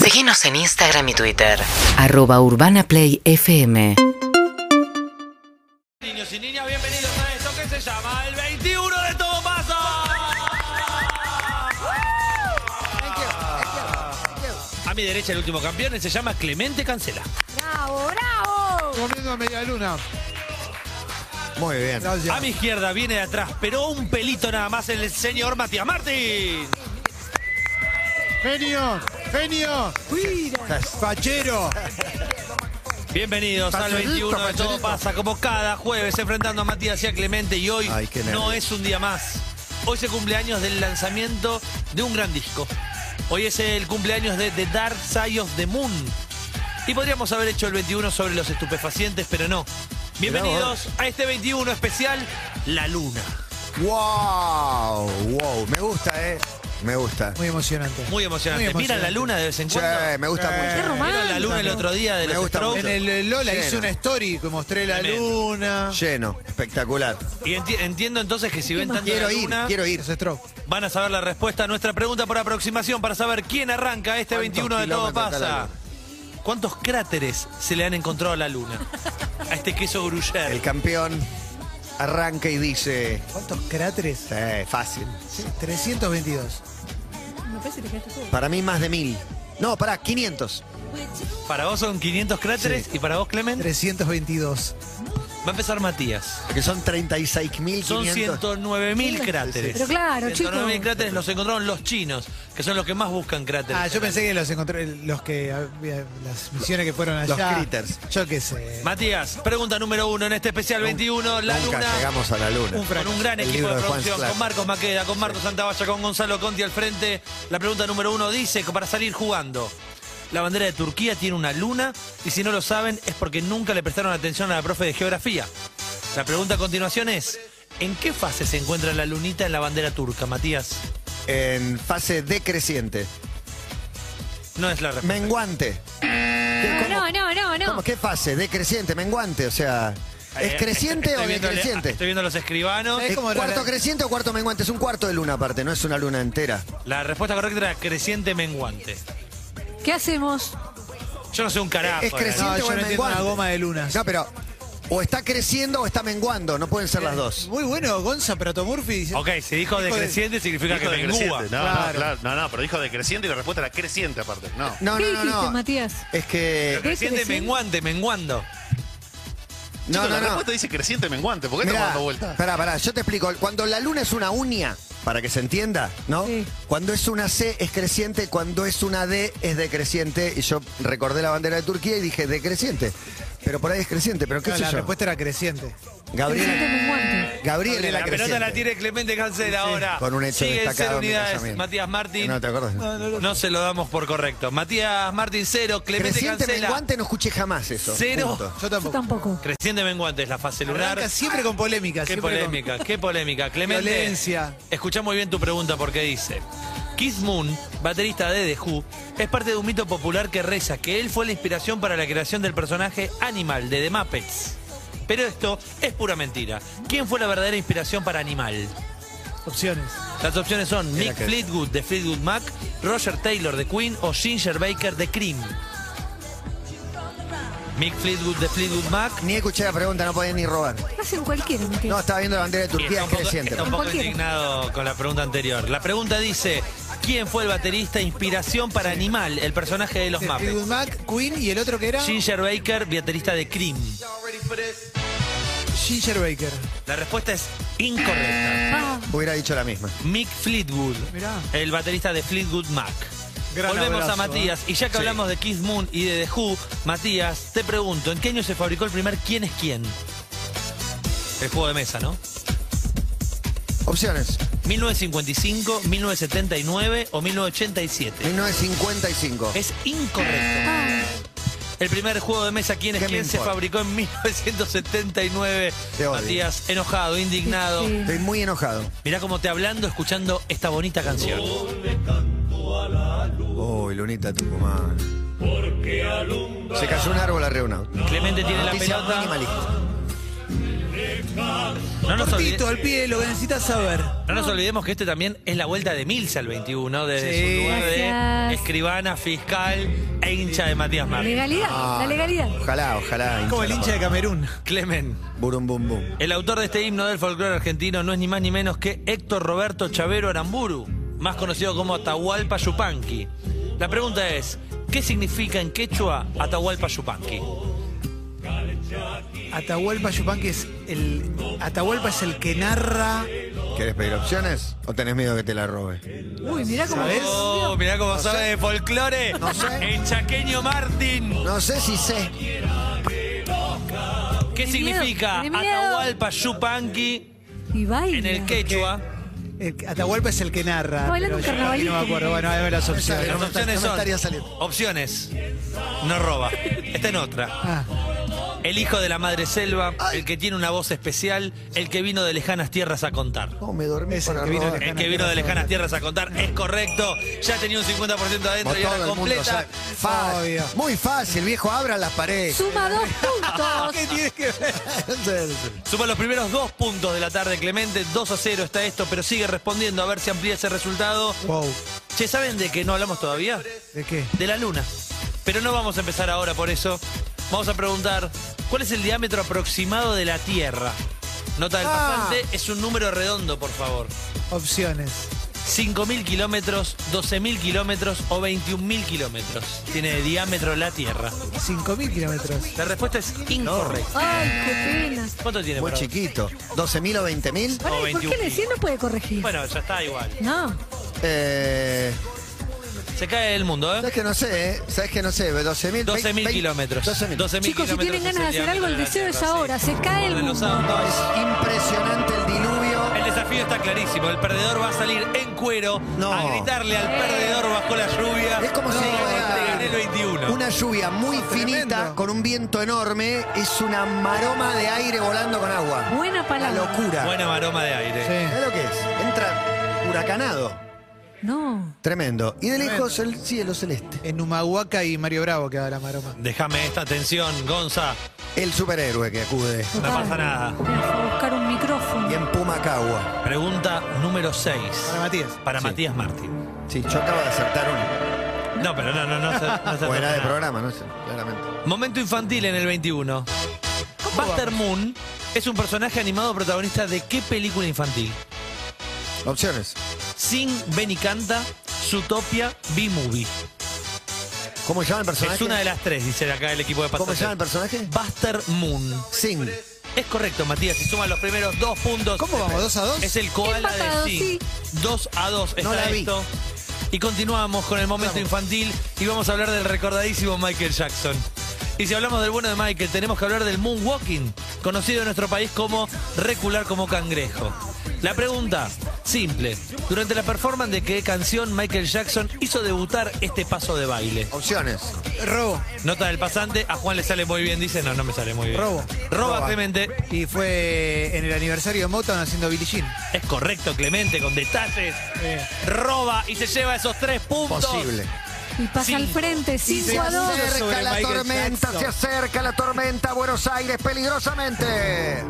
Seguinos en Instagram y Twitter. @UrbanaPlayFM. Niños y niñas, bienvenidos a esto que se llama el 21 de Todo Pasa. A mi derecha el último campeón, él se llama Clemente Cancela. ¡Bravo, bravo! Comiendo a media luna. Muy bien. Gracias. A mi izquierda viene de atrás, pero un pelito nada más, el señor Matías Martín. Genio, genio. Fachero. Bienvenidos al Facherito, 21 de Todo facherito. Pasa, como cada jueves, enfrentando a Matías y a Clemente. Y hoy Ay, qué nervios. no es un día más. Hoy es el cumpleaños del lanzamiento de un gran disco. Hoy es el cumpleaños de The Dark Side of the Moon. Y podríamos haber hecho el 21 sobre los estupefacientes, pero no. Bienvenidos a este 21 especial, La Luna. Wow, me gusta, me gusta. Muy emocionante. Muy emocionante. Muy ¿Miran la emocionante. luna de vez en Sí, cuando? me gusta Qué mucho. ¿Vieron la luna el otro día de Me los gusta Strokes? mucho. En el Lola Lleno. hice una story que mostré la Tremendo. luna. Lleno, espectacular. Y entiendo entonces que si ven tanto la luna, Quiero ir. Ese stroke. van a saber la respuesta a nuestra pregunta por aproximación para saber quién arranca este ¿Cuántos 21 de Todo kilómetros está la Pasa. luna? ¿Cuántos cráteres se le han encontrado a la luna? A este queso gruyere. El campeón arranca y dice... ¿Cuántos cráteres? Fácil. 322. Me parece que te quedaste poco. Para mí más de 1000. No, pará, 500. Para vos son 500 cráteres y para vos, Clemente, 322. va a empezar Matías. Que son 36.500. Son 109.000 cráteres. Pero claro, 109.000 chicos. cráteres los encontraron los chinos, que son los que más buscan cráteres. Ah, yo pensé que los encontré, los que había, las misiones que fueron allá. Los critters. Yo qué sé. Matías, pregunta número 1 en este especial 21, La Nunca Luna. llegamos a la luna. Con un gran El equipo libro de de Juan producción, Sclack. con Marcos Maqueda, con Marcos Santavalla, con Gonzalo Conti al frente. La pregunta número 1 dice que para salir jugando, la bandera de Turquía tiene una luna y si no lo saben es porque nunca le prestaron atención a la profe de geografía. La pregunta a continuación es, ¿en qué fase se encuentra la lunita en la bandera turca, Matías? En fase decreciente. No es la respuesta. Menguante. No. ¿Cómo? ¿Qué fase? Decreciente, menguante. O sea, ¿es creciente o decreciente? Estoy viendo los escribanos. Es ¿Es como cuarto la- creciente o cuarto menguante? Es un cuarto de luna aparte, no es una luna entera. La respuesta correcta era creciente menguante. ¿Qué hacemos? Yo no sé un carajo. Es de la creciente. No, o yo no es entiendo una menguante. goma de lunas. No, pero o está creciendo o está menguando, no pueden ser las dos. Muy bueno, Gonza Protomurphy dice. Ok, si dijo decreciente significa Dijo que mengúa. decreciente. No, Claro. no, claro. No, pero dijo decreciente y la respuesta era creciente aparte. No. No, ¿Qué no, dijiste, no, no. Matías? Es que. Creciente creciente? menguante, menguando. No, Chicos, no, la no. respuesta dice creciente menguante. ¿Por qué estamos Mirá, dando vueltas? pará, yo te explico. Cuando la luna es una uña, para que se entienda, ¿no? Sí. Cuando es una C es creciente, cuando es una D es decreciente. Y yo recordé la bandera de Turquía y dije decreciente. Pero por ahí es creciente, pero qué No, sé la yo. respuesta era creciente. Creciente Gabriela menguante. es La la pelota creciente. la tiene Clemente Cancela ahora. Con un hecho Sigue en destacado 0 en mi unidades. casamiento. Matías Martín. No te acuerdas. No se lo damos por correcto. Matías Martín 0, Clemente Creciente Cancela menguante no escuché jamás eso. 0. Punto. Yo Yo tampoco. tampoco. Creciente menguante es la fase lunar. Arranca siempre con polémica. Qué siempre con polémica, qué polémica. Clemente, Violencia. escuchá muy bien tu pregunta porque dice: Keith Moon, baterista de The Who, es parte de un mito popular que reza que él fue la inspiración para la creación del personaje Animal de The Muppets. Pero esto es pura mentira. ¿Quién fue la verdadera inspiración para Animal? opciones. Las opciones son Mick que- Fleetwood de Fleetwood Mac, Roger Taylor de Queen o Ginger Baker de Cream. Mick Fleetwood de Fleetwood Mac. Ni escuché la pregunta, no podía ni robar. Hacen cualquiera, Matías. No, estaba viendo la bandera de Y Turquía, es creciente. está un poco Cualquiera. indignado con la pregunta anterior. La pregunta dice: ¿quién fue el baterista inspiración para Animal, el personaje de los Fleetwood Muppets? Mac, Queen y el otro que era Ginger Baker, baterista de Cream. Ginger Baker. La respuesta es incorrecta. Ah, Hubiera dicho la misma. Mick Fleetwood, Mirá. el baterista de Fleetwood Mac. Gran Volvemos abrazo, a Matías. Y ya que hablamos de Keith Moon y de The Who, Matías, te pregunto, ¿en qué año se fabricó el primer ¿Quién es quién? El juego de mesa, ¿no? Opciones. 1955, 1979 o 1987. 1955. Es incorrecto. El primer juego de mesa ¿Quién es ¿Qué me quién? Se importa? fabricó en 1979. Te odio. Matías, enojado, indignado. Sí. Estoy muy enojado. Mirá cómo te hablando escuchando esta bonita canción. Uy, Lunita Tucumán. Se cayó un árbol arriba de un auto. Clemente tiene la Noticia pelota. minimalista. No nos Cortito olvidemos. al pie, lo que necesitas saber. No nos olvidemos que este también es la vuelta de Milce al 21, desde Sí. su lugar de Gracias. escribana, fiscal e hincha de Matías La Martín. legalidad, la legalidad. Ojalá. Como el hincha de Camerún. Clemen, Burum, bum, bum. el autor de este himno del folclore argentino no es ni más ni menos que Héctor Roberto Chavero Aramburu, más conocido como Atahualpa Yupanqui. La pregunta es, ¿qué significa en quechua Atahualpa Yupanqui? Atahualpa Yupanqui Atahualpa es el que narra. ¿Querés pedir opciones o tenés miedo que te la robe? Uy, mirá cómo ¿Sabés? Oh, mirá cómo No sabe sé. de folclore. No sé. El chaqueño Martín. No sé si sé. ¿Qué Tiene significa miedo, tiene miedo. Atahualpa Yupanqui Y baila. en el quechua? Atahualpa es el que narra. Está bailando pero un yo carnavalito. no me acuerdo. Bueno, a ver las opciones. Las No me opciones estaría son saliendo. opciones. No roba. Está en otra. Ah, El hijo de la madre selva, el que tiene una voz especial, el que vino de lejanas tierras a contar. No, me dormí Es por el que vino de robar. El que vino de lejanas tierras a contar es correcto. Ya tenía un 50% adentro y Todo era el mundo completa. sabe. Fácil. Obvio. Muy fácil, viejo. Abran las paredes. Suma 2 puntos. ¿qué tienes que ver? Suma los primeros 2 puntos de la tarde, Clemente. 2-0 está esto, pero sigue respondiendo a ver si amplía ese resultado. Wow. Che, ¿saben de qué no hablamos todavía? ¿De qué? De la luna. Pero no vamos a empezar ahora por eso. Vamos a preguntar, ¿cuál es el diámetro aproximado de la Tierra? Nota del pasante, es un número redondo, por favor. Opciones. 5.000 kilómetros, 12.000 kilómetros o 21.000 kilómetros. Tiene de diámetro la Tierra. 5.000 kilómetros. La respuesta es incorrecta. Ay, qué pena. ¿Cuánto tiene? Muy para vos? chiquito. ¿12.000 o 20.000? Pará, ¿y ¿por qué 21.000. decir no puede corregir? Bueno, ya está igual. No. Se cae el mundo, ¿eh? ¿Sabes que no sé, eh? ¿Sabes que no sé? 12.000. 12.000 kilómetros. 12.000. 12.000 Chicos, si tienen kilómetros ganas de es el hacer algo, el diámetro de la deseo es Tierra, ahora. sí. Se cae el De los mundo. autos. Es impresionante el diluvio. El desafío está clarísimo. El perdedor va a salir en cuero No. a gritarle al perdedor bajo la lluvia. Es como si "Te fuera gané el 21. una lluvia muy finita, Tremendo. con un viento enorme. Es una maroma de aire volando con agua. Buena Una palabra. locura. Buena maroma de aire. Sí. ¿Sabes lo que es? Entra huracanado. No. Tremendo. Y de lejos el cielo celeste. En Humahuaca y Mario Bravo queda la maroma. Déjame esta atención, Gonza. El superhéroe que acude. No pasa nada. Fue a buscar un micrófono. Y en Pumacagua. Pregunta número 6. Para Matías. Para Sí. Matías Martín. Sí, yo acabo de acertar uno. No, pero no se O era de nada. programa, no sé, claramente. Momento infantil en el 21. Buster Moon es un personaje animado protagonista de qué película infantil? Opciones. Sing, Ven y Canta, Zootopia, B-Movie. ¿Cómo se llama el personaje? Es una de las tres, dice acá el equipo de ¿Cómo se llama el pasantes. personaje? Buster Moon. Sing. Es correcto, Matías. Si suman los primeros 2 puntos. ¿Cómo vamos? ¿2-2? Es el koala Empatado, de Sing. sí. 2-2 está No la vi. esto. Y continuamos con el momento infantil y vamos a hablar del recordadísimo Michael Jackson. Y si hablamos del bueno de Michael, tenemos que hablar del moonwalking, conocido en nuestro país como recular como cangrejo. La pregunta, simple. Durante la performance de qué canción Michael Jackson hizo debutar este paso de baile. Opciones. Robo. Nota del pasante, a Juan le sale muy bien, dice, no me sale muy bien. Robo. Roba, Clemente. Y fue en el aniversario de Motown haciendo Billie Jean. Es correcto, Clemente, con detalles. Roba y se lleva esos 3 puntos. Posible. Y pasa Sí. al frente, Sí, 5 a 2. sobre Acerca la Michael tormenta, Jackson. se acerca la tormenta a Buenos Aires peligrosamente.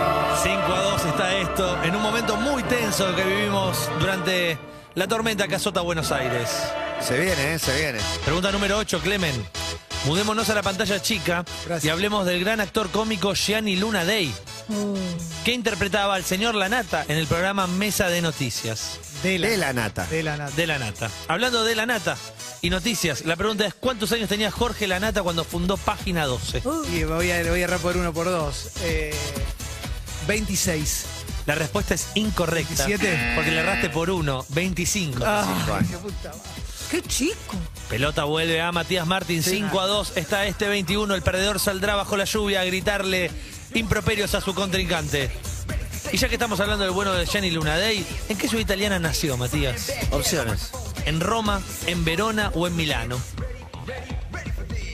5-2 está esto, en un momento muy tenso que vivimos durante la tormenta que azota Buenos Aires. Se viene, se viene. Pregunta número 8, Clemen. Mudémonos a la pantalla chica Gracias. y hablemos del gran actor cómico Gianni Luna Day, que interpretaba al señor Lanata en el programa Mesa de Noticias. De la nata. De la nata. De la Nata. Hablando de la Nata y noticias, la pregunta es ¿cuántos años tenía Jorge Lanata cuando fundó Página 12? Y voy a errar por 1 por 2. 26. La respuesta es incorrecta. 17. Porque le erraste por 1, 25. Qué puta madre. Qué chico. Pelota vuelve a Matías Martín, 5-2. Está este 21. El perdedor saldrá bajo la lluvia a gritarle improperios a su contrincante. Y ya que estamos hablando del bueno de Gianni Luna Day, ¿en qué ciudad italiana nació, Matías? Opciones. ¿En Roma, en Verona o en Milano?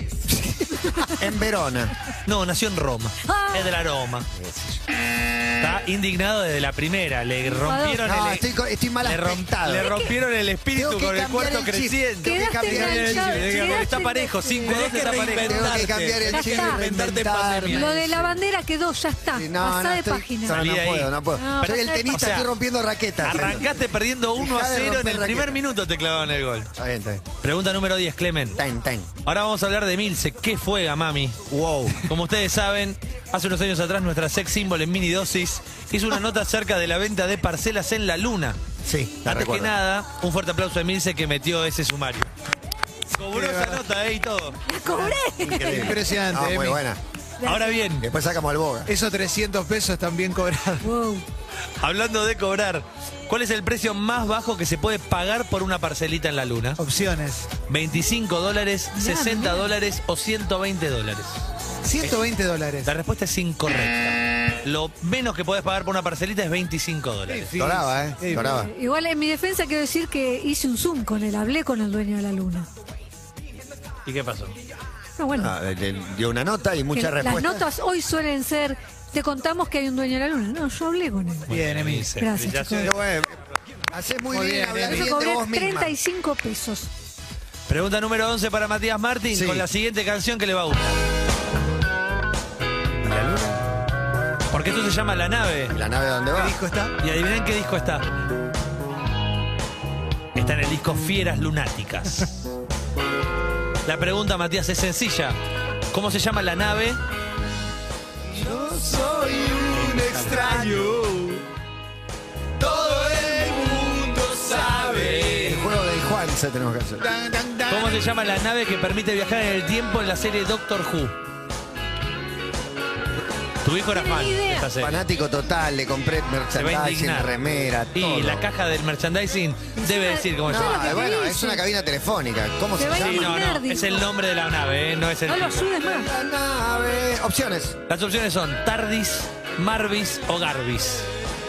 En Verona. No, nació en Roma. Ah. Es de la Roma. Está indignado desde la primera. Le rompieron No, el... estoy mal aspectado. Le rompieron el espíritu Tengo que con el cambiar cuarto el chip. creciente. Tengo que Quedaste cambiar el chip. enganchado. Porque está parejo, 5-2 Tenés que está parejo. Tengo que cambiar el Ya chip, está. reinventarme. Lo de la bandera quedó, ya está. Pasá de página. No, Salí de ahí. no puedo. No, Soy el pasá de tenista, página. estoy rompiendo raquetas. Arrancaste perdiendo 1-0 Dejá de en romper el raqueta. primer minuto, te clavaron el gol. Está bien, está bien. Pregunta número 10, Clemen. Ten. Ahora vamos a hablar de Milce. ¿Qué fue, Gamami? Wow. Como ustedes saben, hace unos años atrás nuestra sex symbol en Mini Dosis hizo una nota acerca de la venta de parcelas en la luna. Sí, la Antes que recuerdo. nada, un fuerte aplauso a Milce que metió ese sumario. Cobró esa nota, y todo. ¡La cobré! Increíble. Impresionante, No, muy Emi. buena. Ahora bien, Después sacamos al Boga. Esos 300 pesos están bien cobrados. Wow. hablando de cobrar, ¿cuál es el precio más bajo que se puede pagar por una parcelita en la luna? Opciones. $25, $60 o $120. $120. La respuesta es incorrecta. Lo menos que podés pagar por una parcelita es $25. Toraba, Toraba. Igual en mi defensa quiero decir que hice un Zoom con él, hablé con el dueño de la luna. ¿Y qué pasó? No, bueno. Le dio una nota y que muchas las respuestas. notas hoy suelen ser, te contamos que hay un dueño de la luna. No, yo hablé con él. Bien, Emi. Milce. Gracias, Ya chicos. sé. Qué bueno. Hacés muy bien, hablar Yo bien de cobré vos misma. 35 pesos. Pregunta número 11 para Matías Martín Sí. con la siguiente canción que le va a gustar. ¿La luna? Porque esto se llama La Nave. ¿La nave dónde ¿Qué va? disco está? Y adivinen qué disco está. Está en el disco Fieras Lunáticas. La pregunta, Matías, es sencilla. ¿Cómo se llama la nave? Yo soy un extraño. Todo el mundo sabe. El juego del Juan se tenemos que hacer. ¿Cómo se llama la nave que permite viajar en el tiempo en la serie Doctor Who? Tu hijo era No fan tengo de idea. esta serie. Fanático total, le compré Se va a merchandising, indignar. remera, todo. Y la caja del merchandising debe decir cómo se No, llama. lo que te bueno, dice. es una cabina telefónica. ¿Cómo Se se va a llama? Sí, no, indignar, no. dijo. Es el nombre de la nave, no es el No lo título. ayudes más. La nave. Opciones. Las opciones son Tardis, Marvis o Garbis.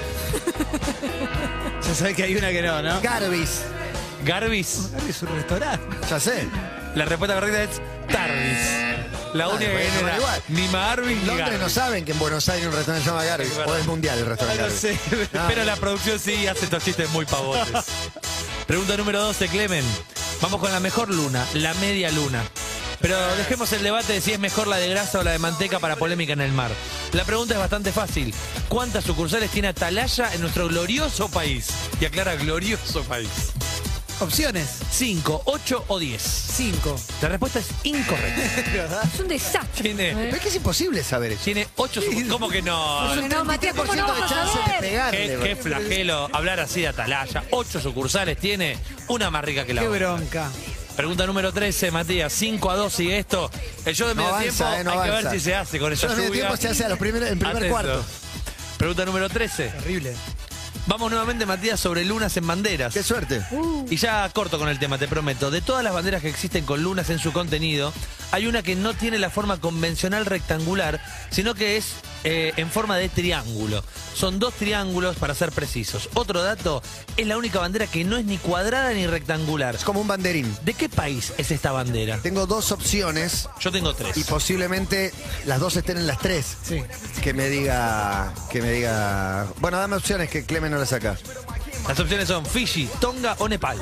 Ya sabés que hay una que no, ¿no? Garbis. Garbis. Es un restaurante. Ya sé. La respuesta correcta es Tardis. La única que bueno, viene era igual. ni Marvis ni Londres no Garbis. saben que en Buenos Aires un restaurante se llama Garbis. Es verdad. O es mundial el restaurante No Garbis. sé, pero la producción sí hace estos chistes muy pavotes. Pregunta número 12, Clemen. Vamos con la mejor luna, la media luna. Pero dejemos el debate de si es mejor la de grasa o la de manteca para polémica en el mar. La pregunta es bastante fácil. ¿Cuántas sucursales tiene Atalaya en nuestro glorioso país? Y aclara, glorioso país. Opciones. 5, 8 o 10. 5. La respuesta es incorrecta. Es un desastre. Tiene- Pero es que es imposible saber eso. Tiene 8 sucursales. ¿Cómo que no? Porque no, Matías, ¿cómo no 33% vamos de a chance de saber? pegarle. Qué flagelo hablar así de Atalaya. 8 sucursales tiene, una más rica que la Qué otra. bronca. Pregunta número 13, Matías. 5-2 sigue esto. El show de No medio avanza, tiempo no hay que ver avanza. si se hace con esa Yo en medio lluvia. tiempo se hace a los en primer Atento. cuarto. Pregunta número 13. Terrible. Vamos nuevamente, Matías, sobre lunas en banderas. Qué suerte. Y ya corto con el tema, te prometo. De todas las banderas que existen con lunas en su contenido, hay una que no tiene la forma convencional rectangular, sino que es en forma de triángulo. Son 2 triángulos, para ser precisos. Otro dato, es la única bandera que no es ni cuadrada ni rectangular. Es como un banderín. ¿De qué país es esta bandera? Tengo 2 opciones Yo tengo 3. y posiblemente las 2 estén en las 3. Sí. Que me diga. Bueno, dame opciones que Clemen no las saca. Las opciones son Fiji, Tonga o Nepal.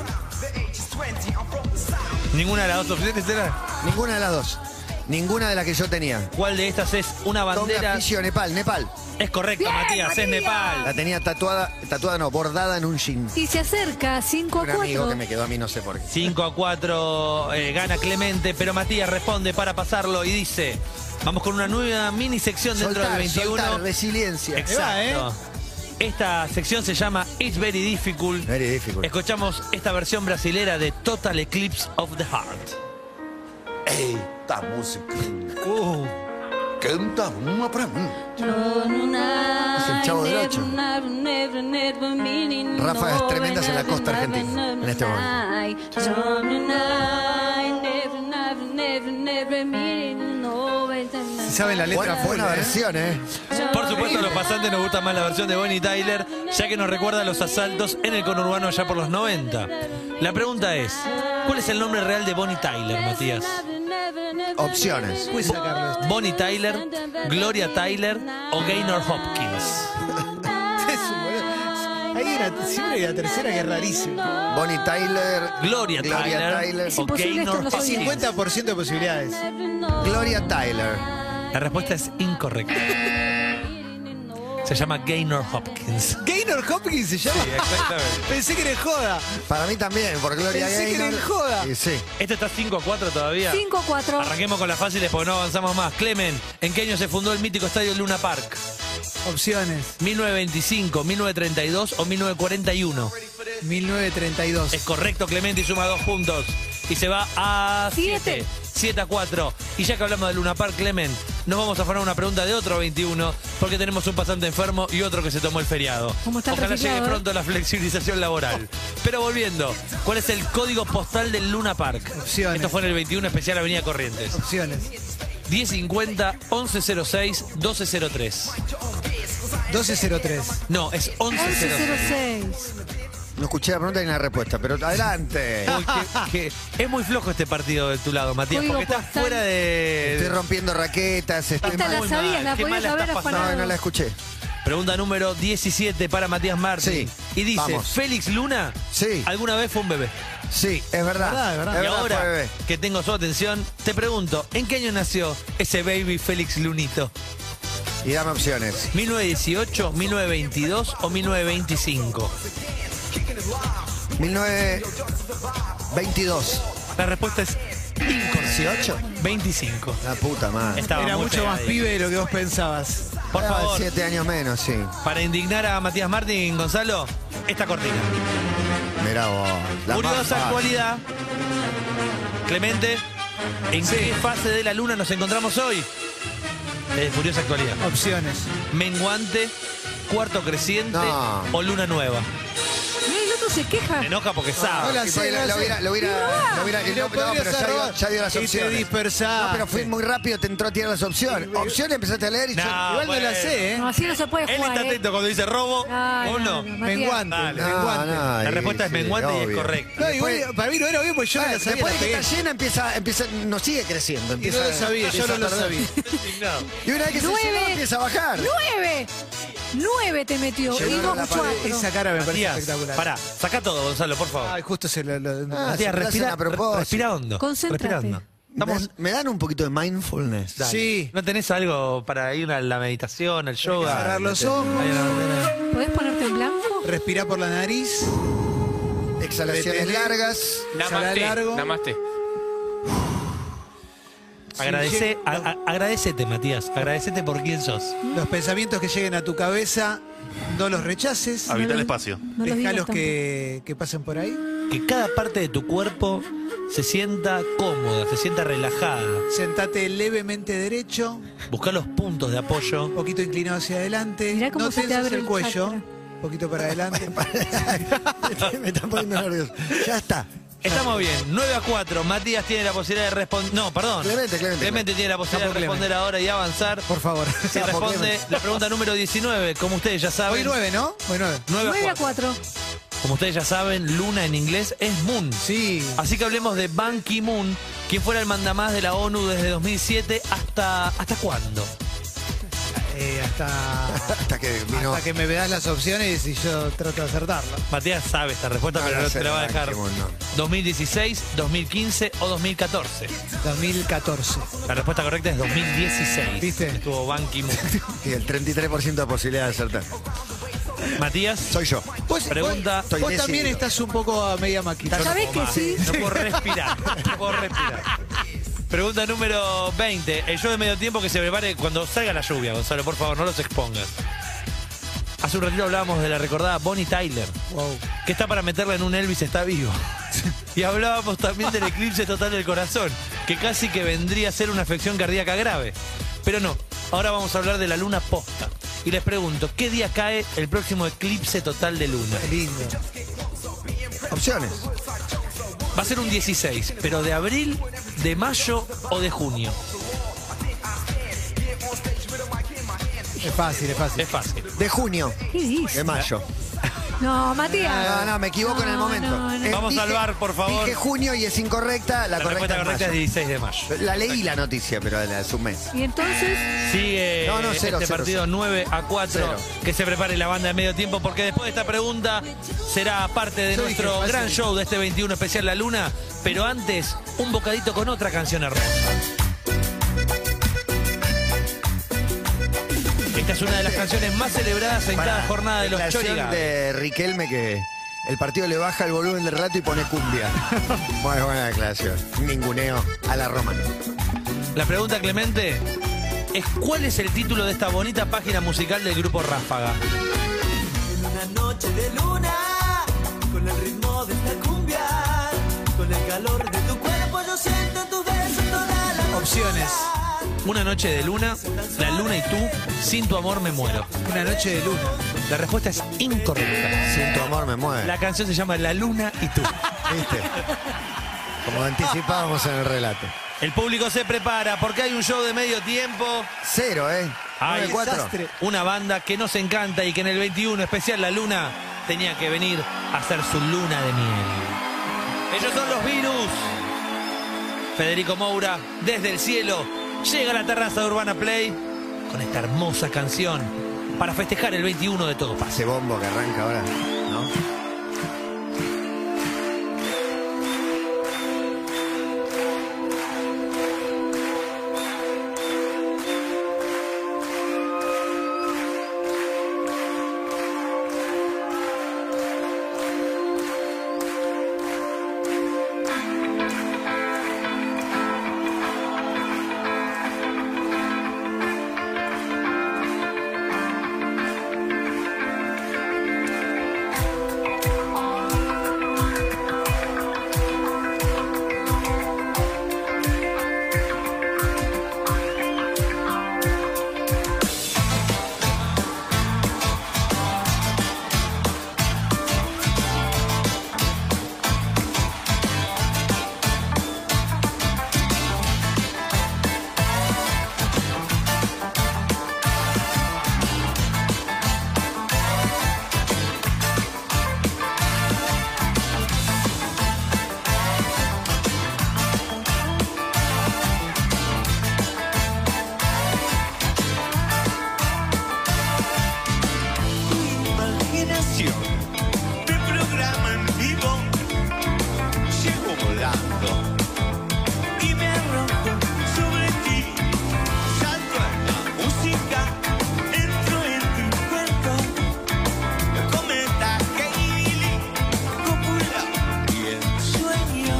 Ninguna de las 2 opciones era. Ninguna de las 2. Ninguna de las que yo tenía. ¿Cuál de estas es una bandera? Tonga, Fiji o Nepal. Nepal. Es correcto, Bien, Matías, es Matías. Nepal. La tenía tatuada no, bordada en un jean. Y se acerca 5 a Un amigo 4. que me quedó a mí, no sé por qué. 5-4 gana Clemente, pero Matías responde para pasarlo y dice: vamos con una nueva mini sección dentro del 21. Soltar, resiliencia. Exacto. Esta sección se llama It's Very Difficult. Very difficult. Escuchamos esta versión brasilera de Total Eclipse of the Heart. Eita música. Canta uma pra mim. Es el Chavo del 8. Ráfagas tremendas en la costa argentina en este Si saben la letra Buena full, versión, ¿eh? Por supuesto, a los pasantes nos gusta más la versión de Bonnie Tyler, ya que nos recuerda a los asaltos en el conurbano ya por los 90. La pregunta es: ¿cuál es el nombre real de Bonnie Tyler, Matías? Opciones. Puedes sacarlo. ¿Bonnie Tyler, Gloria Tyler o Gaynor Hopkins? siempre hay la tercera que es rarísima. Bonnie Tyler. Gloria Tyler. Es o imposible Gaynor esto, no soy Hopkins. 50% de posibilidades. Gloria Tyler. La respuesta es incorrecta. Se llama Gaynor Hopkins. Gaynor Hopkins se llama. Exactamente. Pensé que era en joda. Para mí también, por Gloria Pensé que era Gaynor. en joda. Y sí. ¿Esto está 5-4 todavía? 5-4. Arranquemos con las fáciles porque no avanzamos más. Clemen, ¿en qué año se fundó el mítico estadio Luna Park? Opciones. ¿1925, 1932 o 1941? 1932. Es correcto, Clemente, y suma 2 puntos. Y se va a 7. 7-4. Y ya que hablamos de Luna Park, Clement, nos vamos a afanar una pregunta de otro 21, porque tenemos un pasante enfermo y otro que se tomó el feriado. ¿Cómo está el Ojalá resfriado, llegue eh? pronto la flexibilización laboral. Pero volviendo, ¿cuál es el código postal del Luna Park? Opciones. Esto fue en el 21 especial Avenida Corrientes. Opciones. 1050, 1106, 1203. 1203. No, es 1106. 11-06. No escuché la pregunta ni la respuesta, pero adelante. Uy, es muy flojo este partido de tu lado, Matías, Código porque estás postal. fuera Estoy de... rompiendo raquetas. Estoy Esta la muy sabías, mal. la Qué podías mal haber estás pasando. No, afanado. no la escuché. Pregunta número 17 para Matías Martín. Sí, Y dice, vamos. ¿Félix Luna Sí. alguna vez fue un bebé? Sí, es verdad. Es verdad. Es Y verdad, ahora fue bebé. que tengo su atención, te pregunto, ¿en qué año nació ese baby Félix Lunito? Y dame opciones. ¿1918, 1922 o 1925? 1922. La respuesta es incorrecta. 18. 25. La puta madre. Estaba Era muy mucho más pegadito. pibe de lo que vos pensabas. Por favor, 7 años menos, sí. para indignar a Matías Martín, Gonzalo, esta cortina. Mirá vos. La más Curiosa fácil. actualidad. Clemente, ¿en qué fase de la luna nos encontramos hoy? Curiosa actualidad. Opciones. Menguante, cuarto creciente No. o luna nueva. Mira, el otro se queja. Me enoja porque No sabe. la Y sé, pues, no la lo sé. hubiera, Y lo no, podrías pero arrobar. ya dio las Y te opciones. dispersaste. No, pero fui muy rápido, te entró a tirar las opciones. Opciones empezaste a leer y No, yo. Igual no la bueno. sé, ¿eh? No, así no se puede Él jugar. está atento cuando dice robo Ay, o no. Matías. Menguante. Dale. Menguante. La respuesta es menguante y es obvio. correcta. No, igual, Después- para mí no era bien porque yo no la sabía. Después La de que pegué. está llena empieza, no sigue creciendo. Y no Empieza, lo sabía, yo empieza no lo a perder. sabía. Indignado. Y una vez que se 9. llenó empieza a bajar. 9. 9 te metió. Llegó Y a vos la pared. 4. Esa cara me parece Matías, espectacular. pará, saca todo, Gonzalo, por favor. Ay, justo se lo... Ah, Matías, se lo hacen respira, a propósito. respira hondo. Concéntrate. Respira hondo. Estamos, ¿Me dan un poquito de mindfulness? dale. Sí. ¿No tenés algo para ir a la meditación, al yoga? Cerrar los ojos, Ahí en la bandera. ¿Podés ponerte en blanco? respirar por la nariz, Exhalaciones Detener. largas. exhalar largo. Namaste. Agradece, agradecete, Matías. Agradecete por quién sos. Los pensamientos que lleguen a tu cabeza, no los rechaces. Habita el espacio. No los digas Dejalos tampoco. que pasen por ahí. Que cada parte de tu cuerpo se sienta cómoda, se sienta relajada. Sentate levemente derecho, Busca los puntos de apoyo. un poquito inclinado hacia adelante. Mirá cómo No se te tenses abre el el cuello. chakra. Un poquito para adelante. Me están poniendo nervioso. Ya está. Estamos bien, 9-4. Matías tiene la posibilidad de responder. No, perdón. Clemente. tiene la posibilidad de Capo responder ahora y avanzar. Por favor. Si Capo responde Clemente. la pregunta número 19, como ustedes ya saben. Hoy 9, ¿no? Hoy 9. 9-4. 9-4. Como ustedes ya saben, Luna en inglés es Moon. Sí. Así que hablemos de Ban Ki-moon, quien fuera el mandamás de la ONU desde 2007 ¿hasta cuándo? Hasta que vino. Hasta que me das las opciones y yo trato de acertarla. Matías sabe esta respuesta, No pero la no sé, te la va a Ban dejar. Ki-moon, no. 2016, 2015 o 2014. 2014. La respuesta correcta es 2016. ¿Viste? Estuvo Ban Ki-moon. Y el 33% de posibilidad de acertar. Matías, Soy yo. pregunta. Estoy Vos decidido. también estás un poco a media máquina. ¿Sabés que sí? No puedo respirar. No puedo respirar. Pregunta número 20. El show de medio tiempo que se prepare cuando salga la lluvia, Gonzalo, por favor, no los expongas. Hace un ratito hablábamos de la recordada Bonnie Tyler, Wow. que está para meterla en un Elvis está vivo. Y hablábamos también del eclipse total del corazón, que casi que vendría a ser una afección cardíaca grave. Pero no, ahora vamos a hablar de la luna posta. Y les pregunto, ¿qué día cae el próximo eclipse total de luna? Lindo. Opciones. Va a ser un 16, pero de abril, de mayo o de junio. Es fácil, es fácil. Es fácil. De junio. ¿Qué dices? De mayo. No, Matías. No, me equivoco en el momento. no. Vamos al bar, por favor. Dije junio y es incorrecta. La respuesta correcta es mayo. 16 de mayo. La leí la noticia, pero hace un mes. Y entonces, Sigue No, este 0, partido 9-4. Cero. Que se prepare la banda de medio tiempo, porque después de esta pregunta será parte de Yo nuestro dije fácil. gran show de este 21 especial La Luna. Pero antes, un bocadito con otra canción hermosa. Esta es una de las canciones más celebradas en cada jornada de los Declaración Chorigaves. de Riquelme que el partido le baja el volumen del relato y pone cumbia. Muy buena declaración. Ninguneo a la Roma. La pregunta, Clemente, es ¿cuál es el título de esta bonita página musical del grupo Ráfaga? Una noche de luna, con el ritmo de esta cumbia, con el calor de tu cuerpo, yo siento tus besos toda la Opciones. Una noche de luna, la luna y tú, sin tu amor me muero. Una noche de luna. La respuesta es incorrecta. Sin tu amor me mueve. La canción se llama La Luna y tú. ¿Viste? Como anticipábamos en el relato. El público se prepara porque hay un show de medio tiempo. 0, Hay 9-4. una banda que nos encanta y que en el 21 especial La Luna tenía que venir a hacer su luna de miel. Ellos son los Virus. Federico Moura, desde el cielo, llega a la terraza de Urbana Play con esta hermosa canción para festejar el 21 de Todo Pase. Ese bombo que arranca ahora, ¿no? de programa en vivo, llego volando y me arrojo sobre ti, salto en la música, entro en tu cuerpo, cometa Hailey, copula y el sueño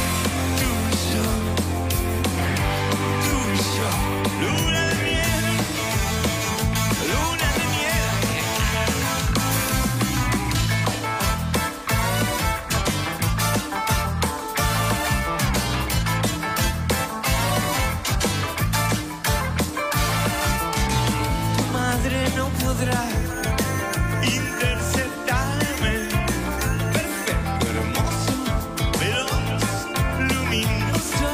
tuyo, luna de miel, luna de miel. No podrá interceptarme. Perfecto, hermoso, veloz, luminoso.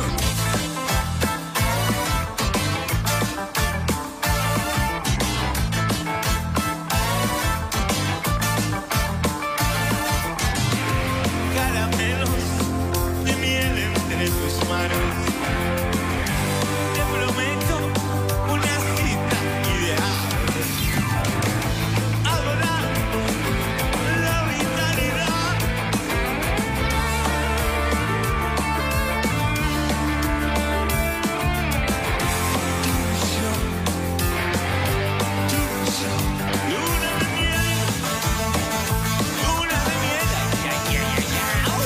Caramelos de miel entre tus manos. Te prometo una cita ideal. La vitalidad. Tuyo, luna de miel, luna de miel. Ay, ay, ay, ay, ay. ¡Au!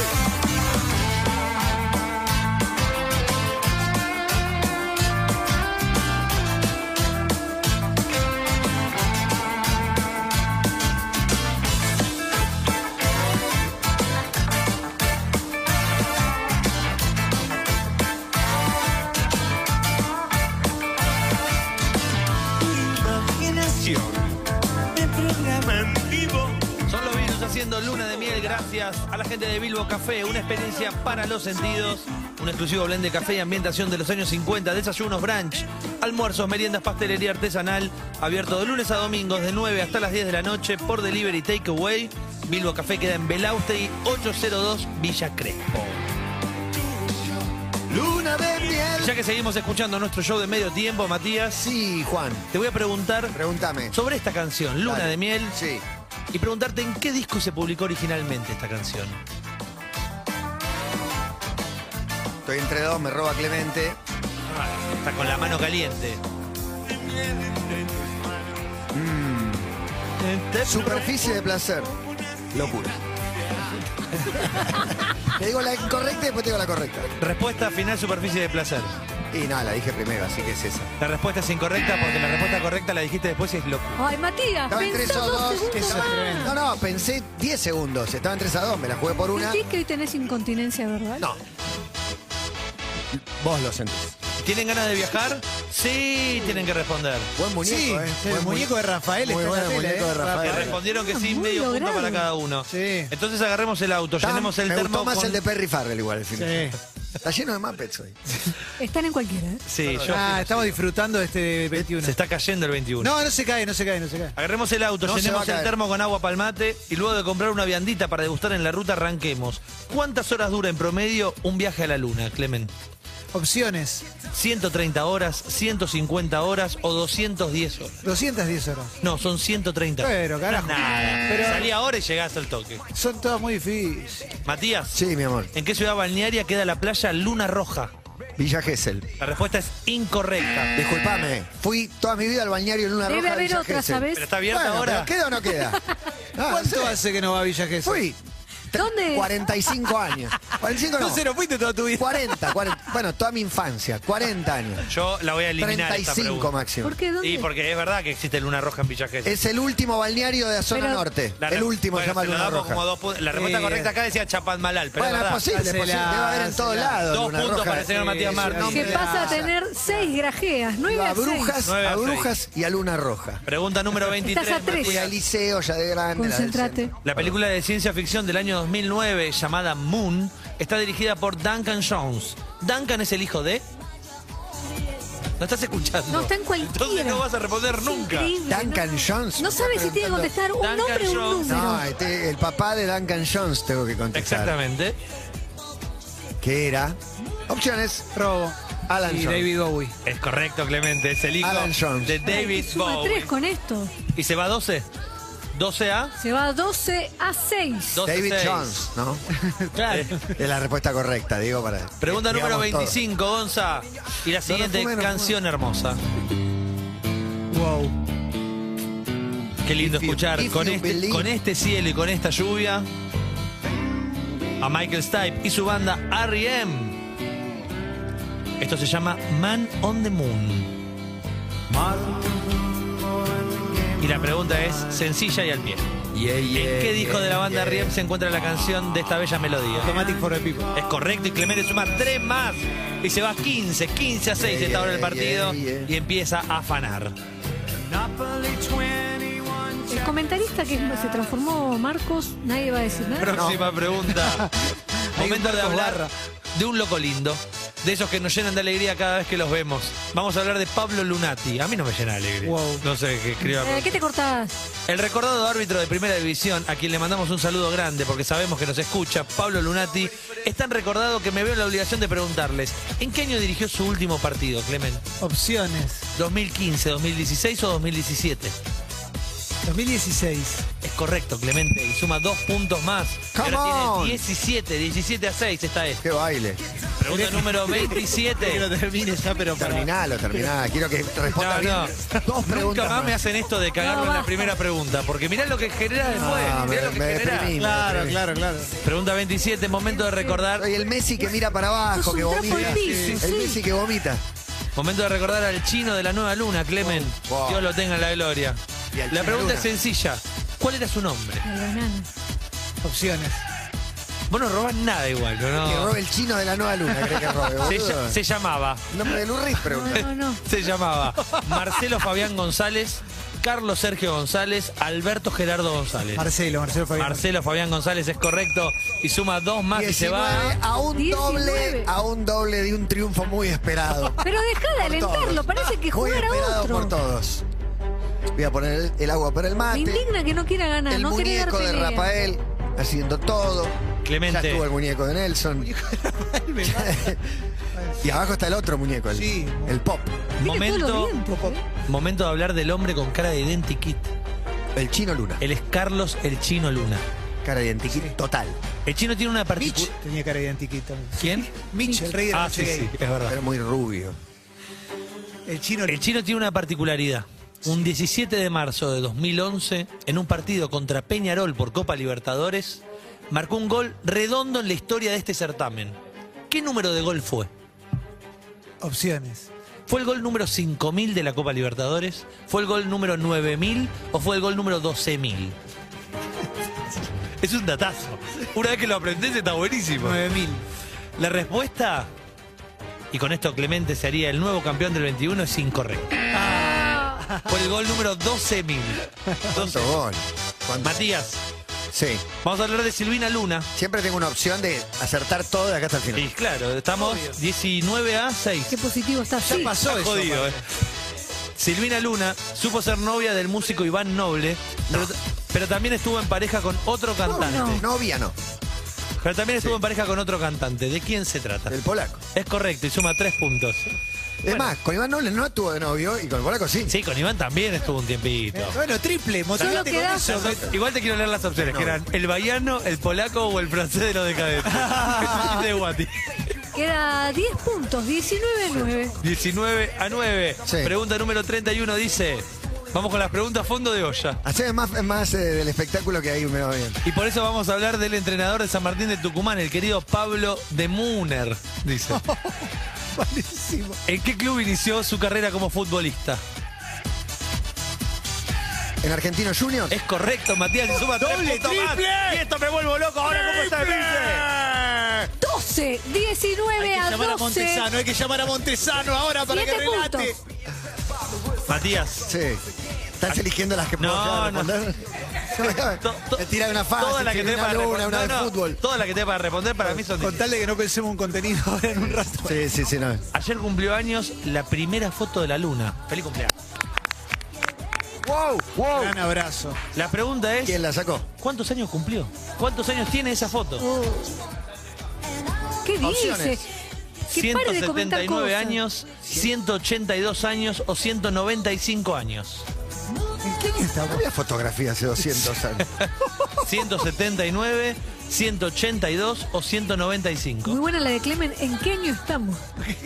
Imaginación de programa en vivo. Son los Virus haciendo Luna de Miel gracias a la gente de Bilbo Café, una experiencia para los sentidos. Un exclusivo blend de café y ambientación de los años 50, desayunos, brunch, almuerzos, meriendas, pastelería artesanal, abierto de lunes a domingos de 9 hasta las 10 de la noche por delivery takeaway. Bilbo Café queda en Belaustegui 802 Villa Crespo. Luna de miel. Ya que seguimos escuchando nuestro show de medio tiempo, Matías, Sí, Juan, te voy a preguntar pregúntame. sobre esta canción, Luna Dale. de Miel, Sí. y preguntarte en qué disco se publicó originalmente esta canción. Estoy entre dos, me roba Clemente. Está con la mano caliente. Superficie de placer. Locura. Te digo la incorrecta y después te digo la correcta. Respuesta final, superficie de placer. Y nada, la dije primero, así que es esa. La respuesta es incorrecta porque la respuesta correcta la dijiste después y es locura. Ay, Matías, Estaba en 3 pensá o 2 2. segundos más. No, pensé 10 segundos. Estaba en 3 a 2, me la jugué por una. Sentís que hoy tenés incontinencia verbal. No. Vos lo sentís. ¿Tienen ganas de viajar? Sí, tienen que responder. Buen muñeco, Sí, el Buen muñeco de Rafael Muy está en la bueno, tele, muñeco de Rafael. Que respondieron que sí, Muy medio punto logrado. para cada uno. Sí. Entonces agarremos el auto, llenemos el me termo gustó más con... el de Perry Farrell igual el fin. Sí. Está lleno de Muppets hoy. Están en cualquiera, ¿eh? Sí, yo... Estamos disfrutando de este 21. Se está cayendo el 21. No, no se cae. Agarremos el auto, No se va llenemos a el caer. termo con agua palmate y luego de comprar una viandita para degustar en la ruta arranquemos. ¿Cuántas horas dura en promedio un viaje a la luna, Clemen? Opciones. 130 horas, 150 horas o 210 horas. 210 horas. No, son 130. Pero, carajo. No es nada. Pero- Salí ahora y llegás al toque. Son todas muy difíciles. Matías, Sí, mi amor. ¿en qué ciudad balnearia queda la playa Luna Roja? Villa Gesell. La respuesta es incorrecta. Disculpame, fui toda mi vida al balneario Luna Debe Roja de haber Villa otra, Gesell. ¿sabes? ¿Pero está abierta Bueno, ahora? ¿pero ¿queda o no queda? Ah, ¿Cuánto no sé. hace que no va a Villa Gesell? Fui. ¿Dónde? 45 años. 45 no. No se lo fuiste toda tu vida. 40, bueno, toda mi infancia. 40 años. Yo la voy a eliminar esta 35 pregunta. máximo. ¿Por qué? ¿Dónde? Y porque es verdad que existe Luna Roja en Villa Gesell. Es el último balneario de la zona Pero- norte. La El re- último bueno, se llama se lo Luna damos Roja. como 2 puntos. La respuesta correcta acá decía Chapadmalal, pero Bueno, es es verdad. posible, Hacela, debe haber en todos hacela. lados. 2 Luna puntos Roja. para el señor Matías Martín. no Que me pasa a da. tener 6 grajeas, 9 A a 6. brujas, 9 a a 6. brujas y a Luna Roja. Pregunta número 23. Estás a 3. Fui al liceo ya de grande. la del Concéntrate. centro. La película de ciencia ficción del año 2009 llamada Moon está dirigida por Duncan Jones. Duncan es el hijo de... ¿No estás escuchando? No, está en cualquiera. Entonces no vas a responder Es nunca. increíble, Duncan ¿no? Jones. No sabes si tiene que contestar un Duncan nombre o un Jones. número. No, el papá de Duncan Jones tengo que contestar. Exactamente. ¿Qué era? Opciones. Robo. Alan y Jones. David Bowie. Es correcto, Clemente. Es el hijo Alan Jones. de David Suma 3 Bowie. con esto. ¿Y se va a 12? ¿12 a? Se va 12 a 6. 12 David 6. Jones, ¿no? Claro. Es la respuesta correcta, digo, para. Pregunta número digamos todo. 25, Gonza. Y la siguiente fume, no canción hermosa. Wow. Qué lindo If you- escuchar if con you este, believe. con este cielo y con esta lluvia a Michael Stipe y su banda R.E.M. Esto se llama Man on the Moon. Y la pregunta es sencilla y al pie. ¿En qué disco de la banda R.E.M. se encuentra la canción de esta bella melodía? Automatic for the People. Es correcto y Clemente suma 3 más y se va 15 a 6 esta hora del partido y empieza a afanar. El comentarista que se transformó Marcos, nadie va a decir nada. Próxima pregunta. Momento de Marcos hablar Barra. de un loco lindo. De esos que nos llenan de alegría cada vez que los vemos. Vamos a hablar de Pablo Lunati. A mí no me llena de alegría. Wow. No sé qué escriba. ¿Qué te cortás? El recordado árbitro de Primera División, a quien le mandamos un saludo grande porque sabemos que nos escucha, Pablo Lunati, es tan recordado que me veo en la obligación de preguntarles, ¿en qué año dirigió su último partido, Clemen? Opciones. ¿2015, 2016 o 2017? 2016. Es correcto, Clemente, y suma 2 puntos más. Come Ahora on. tiene 17 a 6 esta es. Qué baile. Pregunta número Que 27. lo termine ya, pero para. Terminalo. Quiero que responda No, bien. no. Dos preguntas Nunca más me hacen esto de cagarlo en la primera pregunta, porque mirá lo que genera después. Ah, mirá me- lo que me genera. deprimí. Claro. Pregunta 27, momento de recordar. Soy el Messi que mira para abajo, Sos que un trapo vomita. al piso, El sí. Messi que vomita. Momento de recordar al chino de la nueva luna, Clemen. Wow. Dios lo tenga en la gloria. Y al La Chino pregunta Luna. es sencilla. ¿Cuál era su nombre? El banano. Opciones. Vos no robás nada igual, ¿no? Que robe el chino de la nueva luna, cree que robe, boludo. Se llamaba. Nombre de Lurris, pregunta. No. Se llamaba Marcelo Fabián González, Carlos Sergio González, Alberto Gerardo González. Marcelo Fabián. Marcelo Fabián González es correcto y suma 2 más y se 19 va. a un 19. doble de un triunfo muy esperado. Pero deja de alentarlo, parece que Muy jugar a esperado otro. por todos. Voy a poner el agua para el Me mate. indigna que no quiera ganar, El no quiere dar muñeco de pelea. Rafael haciendo todo. Clemente. Ya estuvo el muñeco de Nelson. Y abajo está el otro muñeco, Sí. el pop. Tiene todos los Momento, dientes, momento de hablar del hombre con cara de identikit. El chino Luna. Él es Carlos el Chino Luna. Cara de identikit total. El chino tiene una Mitch particularidad. tenía cara de antiquito. ¿Quién? Mitch, el rey de la Ah, noche sí, gay. sí, es verdad. Pero muy rubio. El chino. El chino tiene una particularidad. Un 17 de marzo de 2011, en un partido contra Peñarol por Copa Libertadores, marcó un gol redondo en la historia de este certamen. ¿Qué número de gol fue? Opciones. ¿Fue el gol número 5000 de la Copa Libertadores? ¿Fue el gol número 9000 o fue el gol número 12000? Es un datazo. Una vez que lo aprendés está buenísimo. 9000. La respuesta, y con esto Clemente sería el nuevo campeón del 21, es incorrecta. Fue el gol número 12000. ¿Cuánto gol? ¿Cuánto? Matías, Sí. vamos a hablar de Silvina Luna. Siempre tengo una opción de acertar todo de acá hasta el final. Y claro, estamos 19-6. Qué positivo está. Sí. pasó Está eso, jodido, aparte. Silvina Luna supo ser novia del músico Iván Noble, pero también estuvo en pareja con otro cantante. no? Novia no. Pero también estuvo en pareja con otro cantante. ¿De quién se trata? El polaco. Es correcto y suma 3 puntos. Es más, con Iván Noble no estuvo de novio y con el polaco sí. Sí, con Iván también estuvo un tiempito. Bueno, triple. Motivate con queda- eso. Igual te quiero leer las opciones, que eran el baiano, el polaco o el francés de los decadentes. De Guati. Queda 10 puntos, 19-9. 19-9. Sí. Pregunta número 31 dice, vamos con las preguntas fondo de olla. Haceme más del espectáculo que ahí me va bien. Y por eso vamos a hablar del entrenador de San Martín de Tucumán, el querido Pablo de Muner, dice. Buenísimo. ¿En qué club inició su carrera como futbolista? ¿En Argentino Juniors? Es correcto, Matías, y suma 3 puntos más. Y esto me vuelvo loco. Ahora, ¿cómo está el Vince? 12, 19 Hay a que llamar a 12. Montesano, hay que llamar a Montesano ahora para que 7 relate. puntos. Matías, Sí. ¿Estás eligiendo las que puedo No, llegar a no. responder? to- Me tira una fase, toda la que te una para luna, responder. una de No, no, fútbol. toda la que te para responder para mí son Con tal de que no pensemos un contenido ahora en un rato. Sí, no. Ayer cumplió años la primera foto de la luna. Feliz cumpleaños. Wow. Gran abrazo. La pregunta es, ¿Quién la sacó? ¿cuántos años cumplió? ¿Cuántos años tiene esa foto? ¿Qué dice? Opciones. Que pare de comentar 179 cosas. años, 182 años o 195 años. ¿En qué año estaba? Había fotografía hace 200 años. 179, 182 o 195. Muy buena la de Clemen. ¿En qué año estamos?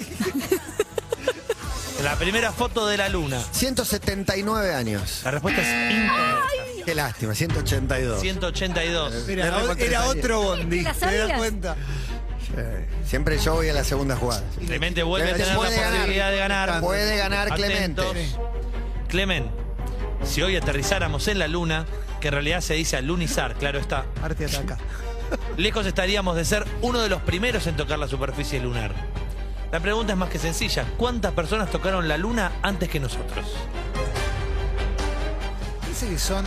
La primera foto de la luna. 179 años. La respuesta es incorrecta. Qué lástima, 182. 182. Mira, Le remonté era esa otro Bondi. ¿Te la ¿Te sabías? das cuenta? Siempre yo voy a la segunda jugada. Clemente vuelve a Clemente tener la puede ganar. posibilidad de ganar. Puede ganar Clemente. Atentos. Clemen, si hoy aterrizáramos en la luna, que en realidad se dice alunizar, claro está, Arte ataca. lejos estaríamos de ser uno de los primeros en tocar la superficie lunar. La pregunta es más que sencilla. ¿Cuántas personas tocaron la luna antes que nosotros? Dice que son.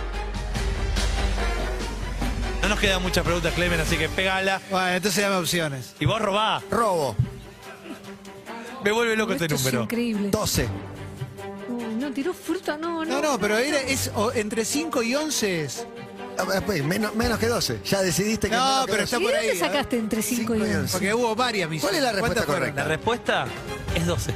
No nos quedan muchas preguntas, Clemen, así que pégala. Bueno, entonces dame opciones. Y vos robá. Robo, Me vuelve loco este Esto es número. increíble. 12. No, tiró fruta, no. No, pero entre 5 y 11 es. Pues, menos que 12. Ya decidiste que No, menos que pero 12. está ¿Y por de ahí, dónde sacaste entre 5 y 11? Porque hubo varias misiones. ¿Cuál es la respuesta ¿Cuántas fueron? correcta? La respuesta es 12.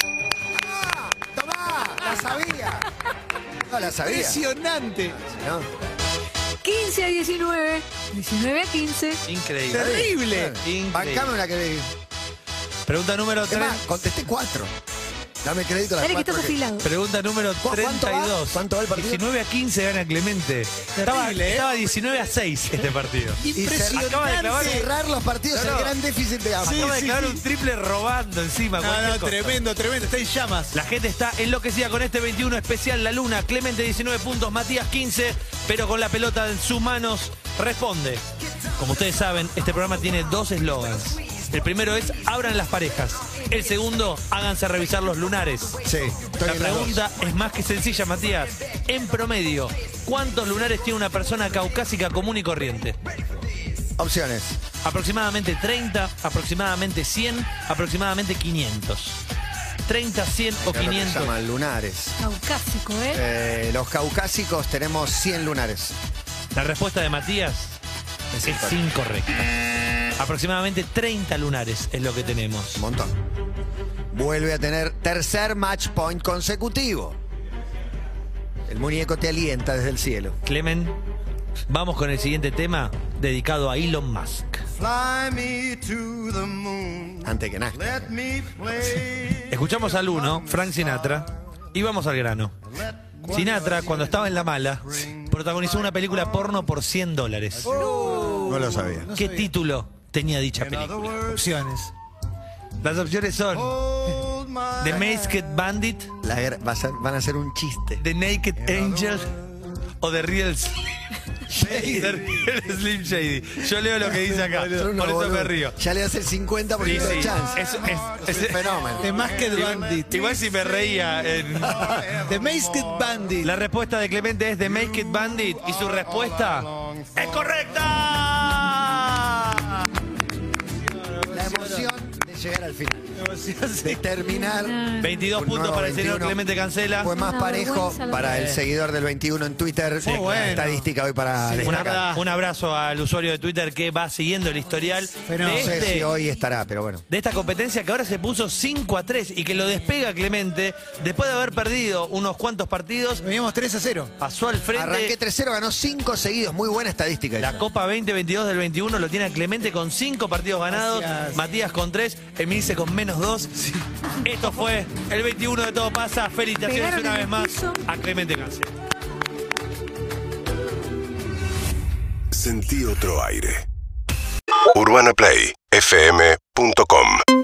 ¡Tomá! ¡La sabía! No, la sabía. Impresionante. ¿No? 15 a 19. 19 a 15. Increíble. Terrible. Increíble. Bancame una que... Pregunta número Es 3. más, contesté 4. Dame crédito a las Dale que 4 estás afilado. Pregunta número ¿Cuánto va? 32. ¿Cuánto va el partido? 19 a 15 gana Clemente. Estaba Terrible, 19 a 6 este partido. Y Acaba de clavar- cerrar los partidos, No, no. el gran déficit de ambos. Acaba de clavar un triple robando encima. cualquier No, cosa. tremendo. Está en llamas. La gente está enloquecida con este 21 especial La Luna. Clemente 19 puntos, Matías 15, pero con la pelota en sus manos responde. Como ustedes saben, este programa tiene 2 eslogans. El primero es, abran las parejas. El segundo, háganse revisar los lunares. Sí, estoy La en las dos. pregunta es más que sencilla, Matías. En promedio, ¿cuántos lunares tiene una persona caucásica común y corriente? Opciones. Aproximadamente 30, aproximadamente 100, aproximadamente 500. 30, 100 o Creo que 500. se llaman lunares. Caucásico, ¿eh? Los caucásicos tenemos 100 lunares. La respuesta de Matías es incorrecta. Aproximadamente 30 lunares es lo que tenemos. Un montón. Vuelve a tener tercer match point consecutivo. El muñeco te alienta desde el cielo. Clemen, vamos con el siguiente tema dedicado a Elon Musk. Fly me to the moon. Antes que nada. Let me play. Escuchamos al uno, Frank Sinatra, y vamos al grano. Sinatra, cuando estaba en la mala, protagonizó una película porno por $100. No lo sabía. ¿Qué título tenía dicha película? Opciones. Las opciones son Hold my The Masked Bandit, Van a ser un chiste. The Naked Angel o The Real Shady. The Real Slim Shady. Yo leo lo que dice acá, Son unos por eso me boludos. río. Ya le das el 50% Sí, de sí. chance. Es un fenómeno. The Masked Bandit. Igual si me reía. The Masked Bandit. La respuesta de Clemente es The Masked Bandit y su respuesta es correcta. La emoción de llegar al final. De terminar. 22 Un puntos nuevo para el señor 21. Clemente Cancela. Fue más Una parejo vergüenza lo para que el es. seguidor del 21 en Twitter. Muy bueno. Estadística hoy para destacar. Un abrazo al usuario de Twitter que va siguiendo el historial Pero No de, sé este- si hoy estará, pero bueno. de esta competencia que ahora se puso 5-3 y que lo despega Clemente después de haber perdido unos cuantos partidos. Veníamos 3-0. Pasó al frente. Arranqué 3-0, ganó 5 seguidos. Muy buena estadística. La esa. Copa 2022 del 21 lo tiene a Clemente con 5 partidos ganados, Gracias. Matías con 3, Emilce con menos 2. Esto fue el 21 de Todo Pasa. Felicitaciones Pegaron una en vez el más piso. a Clemente Cancela. Sentí otro aire. UrbanaPlayFM.com